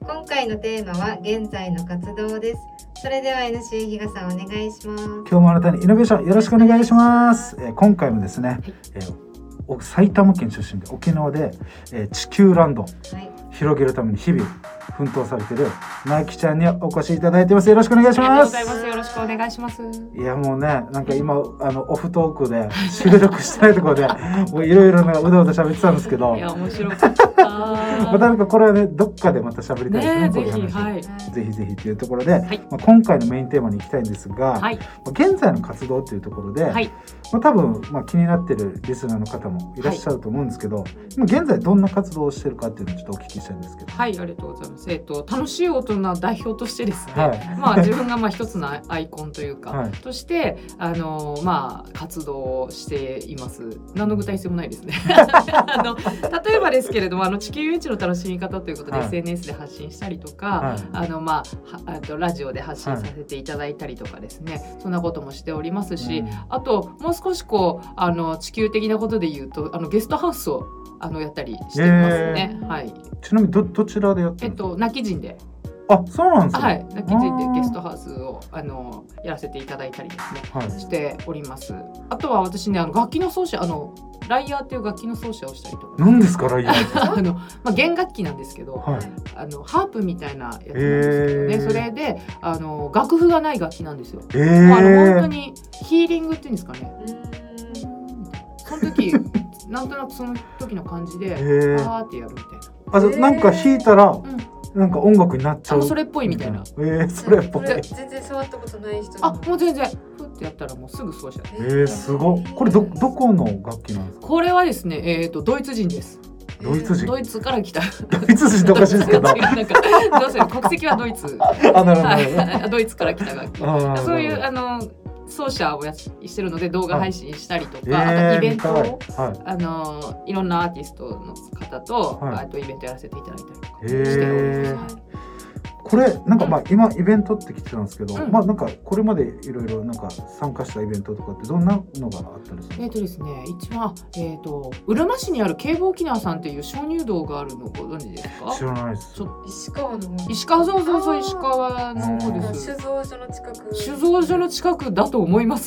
今回のテーマは現在の活動です。それでは NC 比嘉さんお願いします。 今日もあなたにイノベーションよろしくお願いします。今回もですね、埼玉県出身で沖縄で、地球ランド、広げるために日々奮闘されているマイキちゃんにお越しいただいてます。よろしくお願いします。 ありがとうございます。よろしくお願いします。 いやもうね、なんか今オフトークで収録してないところでもういろいろなうだうだ喋ってたんですけど、 いや面白かった。 またなんかこれはね、どっかでまた喋りたいですね。 ぜひ、はい、 ぜひぜひというところで、今回のメインテーマに行きたいんですが、現在の活動っていうところで、多分気になってるリスナーの方もいらっしゃると思うんですけど、現在どんな活動をしてるかっていうのをちょっとお聞きしたいんですけど。 はい、ありがとうございます。楽しい大人代表としてですね、自分が一つのアイコンというか、として活動をしています。何の具体性もないですね。例えばですけれども、地球遊園地の楽しみ方ということで、SNS で発信したりとか、ラジオで発信させていただいたりとかですね、そんなこともしておりますし、あともう少し地球的なことで言うとゲストハウスをやったりしていますね。 ちなみにどちらでやってるんですか？ 泣き人で。 あ、そうなんですね。泣き人でゲストハウスをやらせていただいたりですね、しております。あとは私ね、楽器の奏者ライヤーっていう楽器の奏者をしたりとか。 何ですかライヤー？ 弦楽器なんですけど、ハープみたいなやつなんですけどね、それで楽譜がない楽器なんですよ。本当にヒーリングっていうんですかね。その時なんとなくその時の感じでパーってやるみたいな。 なんか弾いたら、なんか音楽になっちゃう。 それっぽいみたいな。 それっぽい。 全然触ったことない人。 もう全然ふってやったらもうすぐ奏者。 すごい。これどこの楽器なんですか？ これはですね、ドイツ人です。 ドイツ人。 ドイツから来た。 ドイツ人っておかしいですけど。 なんかどうせ国籍はドイツ。 なるほど。 ドイツから来た楽器。そういう奏者をしてるので動画配信したりとか、あとイベントを、いろんなアーティストの方と、あとイベントやらせていただいたりとかしております。 これなんか今イベントって聞いてたんですけど、なんかこれまでいろいろなんか参加したイベントとかってどんなのがあったんですか？ ですね、一番うるま市にある京武沖縄さんっていう鍾乳洞があるのご存知ですか？ 知らないです。 石川の方。 石川、そう石川の方です。 酒造所の近く。 酒造所の近くだと思います。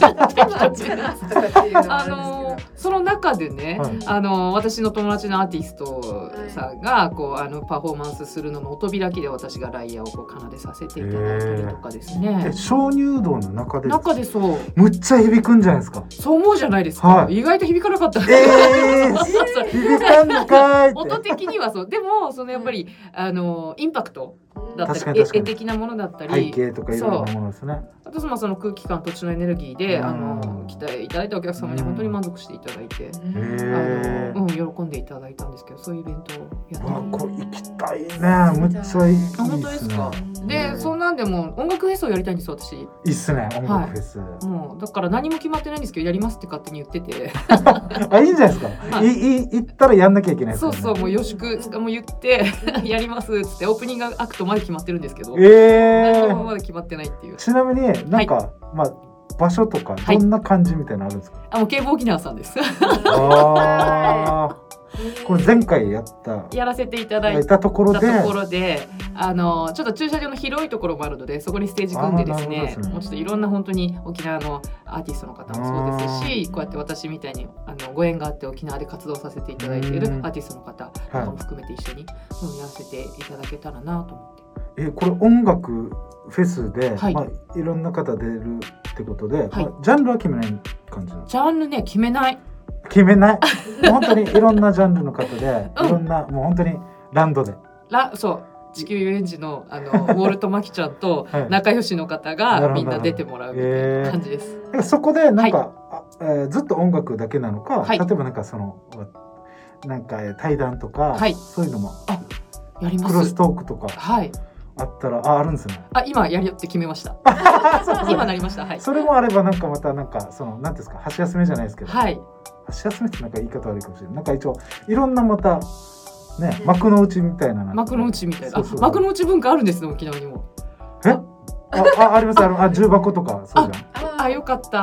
その中でね、私の友達のアーティストさんがパフォーマンスするのの音開きで私がライヤーを奏でさせていただいたりとかですね。 鍾乳洞の中でそうむっちゃ響くんじゃないですか？ そう思うじゃないですか。意外と響かなかった。 響かんのかいって。 音的にはそう。でもやっぱりインパクトだったり絵的なものだったり背景とかいろんなものですね。 あとその空気感土地のエネルギーで来ていただいたお客様に本当に満足していただいて、喜んでいただいたんですけど、そういうイベントをやってこれ行きたいね。むっちゃいいですね。 本当ですか？でそんなんでも音楽フェスをやりたいんです私。いいっすね、音楽フェス。 もうだから何も決まってないんですけどやりますって勝手に言ってて。 いいんじゃないですか。行ったらやんなきゃいけないですね。 そうもう予祝も言ってやりますっつってオープニングアクトまで決まってるんですけど、何もまだ決まってないっていう。 ちなみになんか場所とかどんな感じみたいなのあるんですか？ もう京武沖縄さんです。 これ前回やらせていただいたところでちょっと駐車場の広いところもあるので、そこにステージ組んでですね、もうちょっといろんな本当に沖縄のアーティストの方もそうですし、こうやって私みたいにご縁があって沖縄で活動させていただいているアーティストの方なんかも含めて一緒にやらせていただけたらなと思って。 これ音楽フェスで、いろんな方出るってことで、ジャンルは決めない感じなんですか？ ジャンルね、決めない。 本当にいろんなジャンルの方で、いろんなもう本当にランドで。 そう地球遊園地のウォルトマキちゃんと仲良しの方がみんな出てもらうみたいな感じです。 そこでなんか、ずっと音楽だけなのか、例えばなんかなんか対談とか、そういうのもやります。 クロストークとか。あったらあるんですね。 今やるよって決めました。今なりました。 それもあればなんかまたなんかなんていうんですか、箸休めじゃないですけど。箸休めってなんか言い方悪いかもしれない。なんか一応いろんなまたね、幕の内みたいな。 幕の内みたいな。幕の内文化あるんですね、沖縄にも。 あります。重箱とかそうじゃん。 よかった。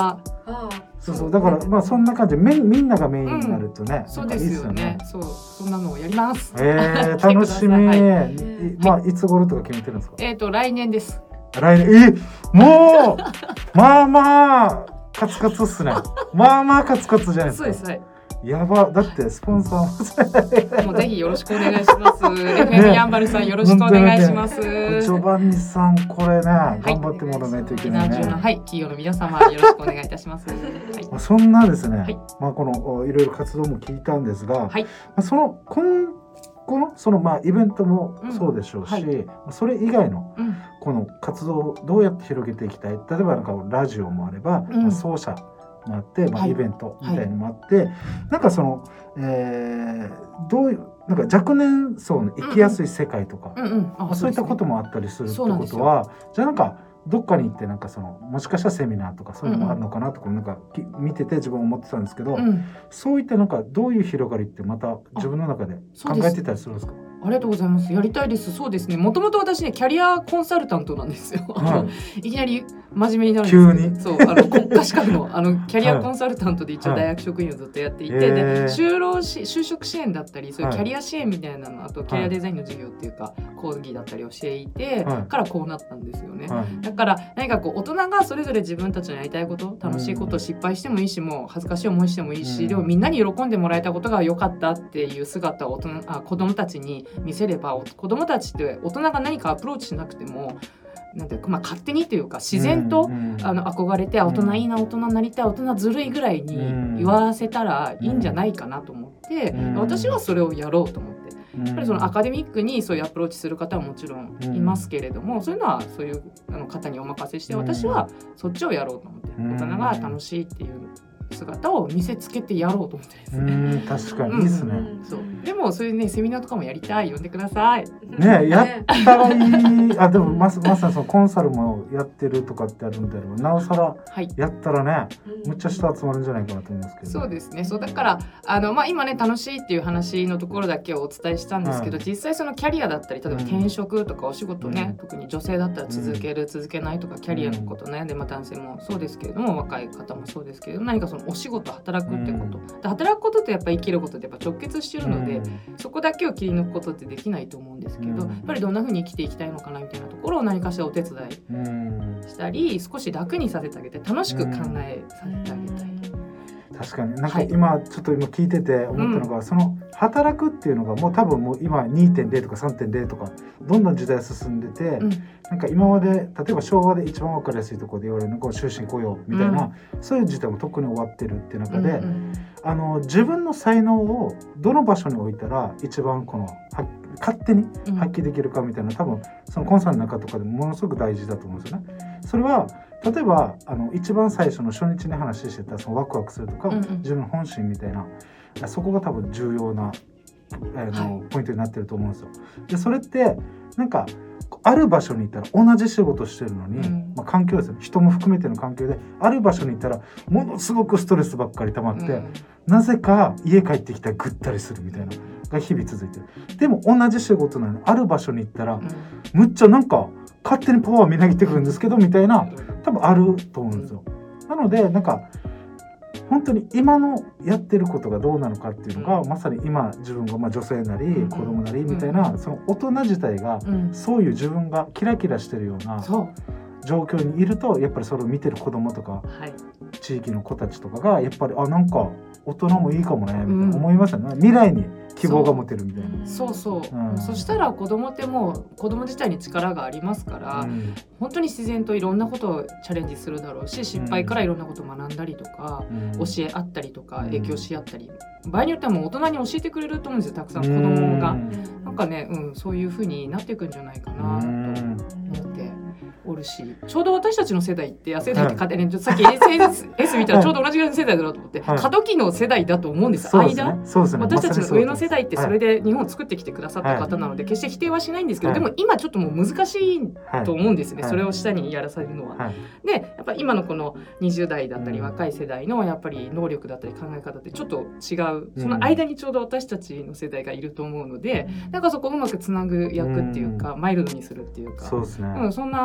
そうだからまあそんな感じでみんながメインになるとね、 そうですよね。そんなのをやります。 楽しみ。まあいつ頃とか決めてるんですか？ 来年です。 来年もうまあまあカツカツっすね。まあまあカツカツじゃないですか。 そうです。はい。 やば、だってスポンサーもうぜひよろしくお願いします。FM やんばるさんよろしくお願いします。ジョバンニさんこれね、頑張ってもらわないといけないね。 はい、企業の皆様よろしくお願いいたします。 そんなですね、まあこのいろいろ活動も聞いたんですが、その今後のそのまあイベントもそうでしょうし、それ以外のこの活動をどうやって広げていきたい。例えばなんかラジオもあれば、奏者もあって、イベントみたいにもあって、なんかその、どういうなんか若年層の生きやすい世界とか、そういったこともあったりするってことは、じゃあなんかどっかに行ってなんかそのもしかしたらセミナーとかそういうのもあるのかなとかなんか見てて自分思ってたんですけど、そういったなんかどういう広がりってまた自分の中で考えてたりするんですか？ ありがとうございます。やりたいです。そうですね。もともと私ねキャリアコンサルタントなんですよ。いきなり真面目になるんですけど、そう国家資格のキャリアコンサルタントで一応大学職員をずっとやっていて、で就職支援だったりそういうキャリア支援みたいなの、あとキャリアデザインの授業っていうか講義だったりをしていて、からこうなったんですよね。だから何かこう大人がそれぞれ自分たちのやりたいこと、楽しいことを失敗してもいいし、もう恥ずかしい思いしてもいいし、でもみんなに喜んでもらえたことが良かったっていう姿を子供たちに見せれば、子供たちって大人が何かアプローチしなくてもなんていうか、勝手にというか自然と、憧れて大人いいな、大人になりたい、大人ずるいぐらいに言わせたらいいんじゃないかなと思って、私はそれをやろうと思って。やっぱりそのアカデミックにそういうアプローチする方はもちろんいますけれども、そういうのはそういう方にお任せして、私はそっちをやろうと思って、大人が楽しいっていう姿を見せつけてやろうと思ってですね。 確かにいいですね。 そうでもそういうねセミナーとかもやりたい。呼んでください。 ね、やったらいい。でもまさにそのコンサルもやってるとかってあるんであれば、なおさらやったらね、むっちゃ人集まるんじゃないかなと思うんですけど。 そうですね。そうだから今ね楽しいっていう話のところだけをお伝えしたんですけど、実際そのキャリアだったり、例えば転職とかお仕事ね、特に女性だったら続ける、続けないとかキャリアのこと悩んで、男性もそうですけれども、若い方もそうですけれども、何かそのお仕事働くってこと、働くことってやっぱり生きることってやっぱ直結してるので、そこだけを切り抜くことってできないと思うんですけど、やっぱりどんな風に生きていきたいのかなみたいなところを何かしらお手伝いしたり、少し楽にさせてあげて、楽しく考えさせてあげたい。 確かになんか今聞いてて思ったのが、その働くっていうのがもう多分もう今 2.0 とか 3.0 とかどんどん時代進んでて、なんか今まで例えば昭和で一番分かりやすいところで言われるのが終身雇用みたいな、そういう時代も特に終わってるっていう中で、自分の才能をどの場所に置いたら一番この勝手に発揮できるかみたいな、多分そのコンサルの中とかでもものすごく大事だと思うんですよね。それは例えば一番最初の初日に話してたそのワクワクするとか、自分の本心みたいな、そこが多分重要な、ポイントになってると思うんですよ。でそれってなんかある場所に行ったら同じ仕事してるのに、環境ですよ、人も含めての環境である場所に行ったらものすごくストレスばっかり溜まって、なぜか家帰ってきたらぐったりするみたいなが日々続いてる。でも同じ仕事なのにある場所に行ったら、むっちゃなんか勝手にパワーみなぎってくるんですけどみたいな、多分あると思うんですよ。なのでなんか本当に今のやってることがどうなのかっていうのが、まさに今自分が女性なり子供なりみたいな、その大人自体がそういう自分がキラキラしてるような状況にいると、やっぱりそれを見てる子供とか、地域の子たちとかがやっぱりなんか大人もいいかもねみたいな思いますよね。未来に希望が持てるみたいな。そしたら子供ってもう子供自体に力がありますから、本当に自然といろんなことをチャレンジするだろうし、失敗からいろんなことを学んだりとか、教え合ったりとか影響し合ったり、場合によってはもう大人に教えてくれると思うんですよ、たくさん子供が。なんかね、そういう風になっていくんじゃないかなと思っておるし、ちょうど私たちの世代って世代って勝手にさっき SNS 見たらちょうど同じぐらいの世代だなと思って、過渡期の世代だと思うんです。私たちの上の世代ってそれで日本を作ってきてくださった方なので、決して否定はしないんですけど、でも今ちょっともう難しいと思うんですね、それを下にやらされるのは。でやっぱり今のこの20代だったり若い世代のやっぱり能力だったり考え方ってちょっと違う、その間にちょうど私たちの世代がいると思うので、なんかそこをうまくつなぐ役っていうか、マイルドにするっていうか、そんな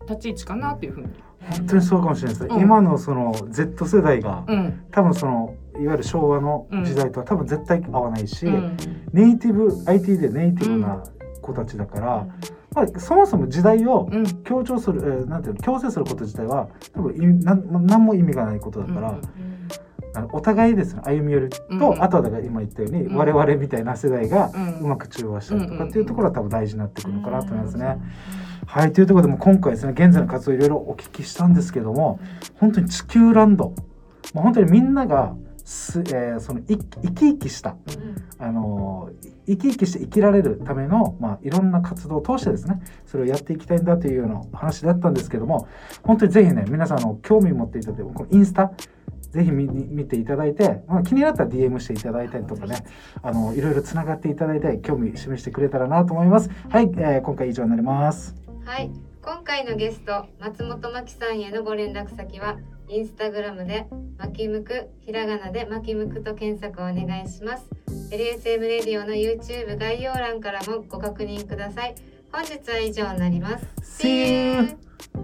立ち位置かなというふうに。 本当にそうかもしれないです、今のその Z 世代が、多分そのいわゆる昭和の時代とは多分絶対合わないし、ネイティブ IT でネイティブな子たちだから、まあ、そもそも時代を強調する、なんていうの、強制すること自体は多分何も意味がないことだから、お互いですね、歩み寄りと、あとはだから今言ったように、我々みたいな世代がうまく中和したりとかっていうところは多分大事になってくるのかなと思いますね。はい、というところでも今回ですね、現在の活動いろいろお聞きしたんですけども、本当に地球ランド、本当にみんながその生き生きした、生き生きして生きられるための、いろんな活動を通してですね、それをやっていきたいんだというような話だったんですけども、本当にぜひね、皆さん興味持っていただいて、このインスタぜひ見ていただいて、気になったら DM していただいたりとかね、いろいろつながっていただいて興味示してくれたらなと思います。はい、今回以上になります。 はい、今回のゲスト松本真希さんへのご連絡先はインスタグラムでまきむく、ひらがなでまきむくと検索をお願いします。 LSM レディオの YouTube 概要欄からもご確認ください。本日は以上になります。 See you!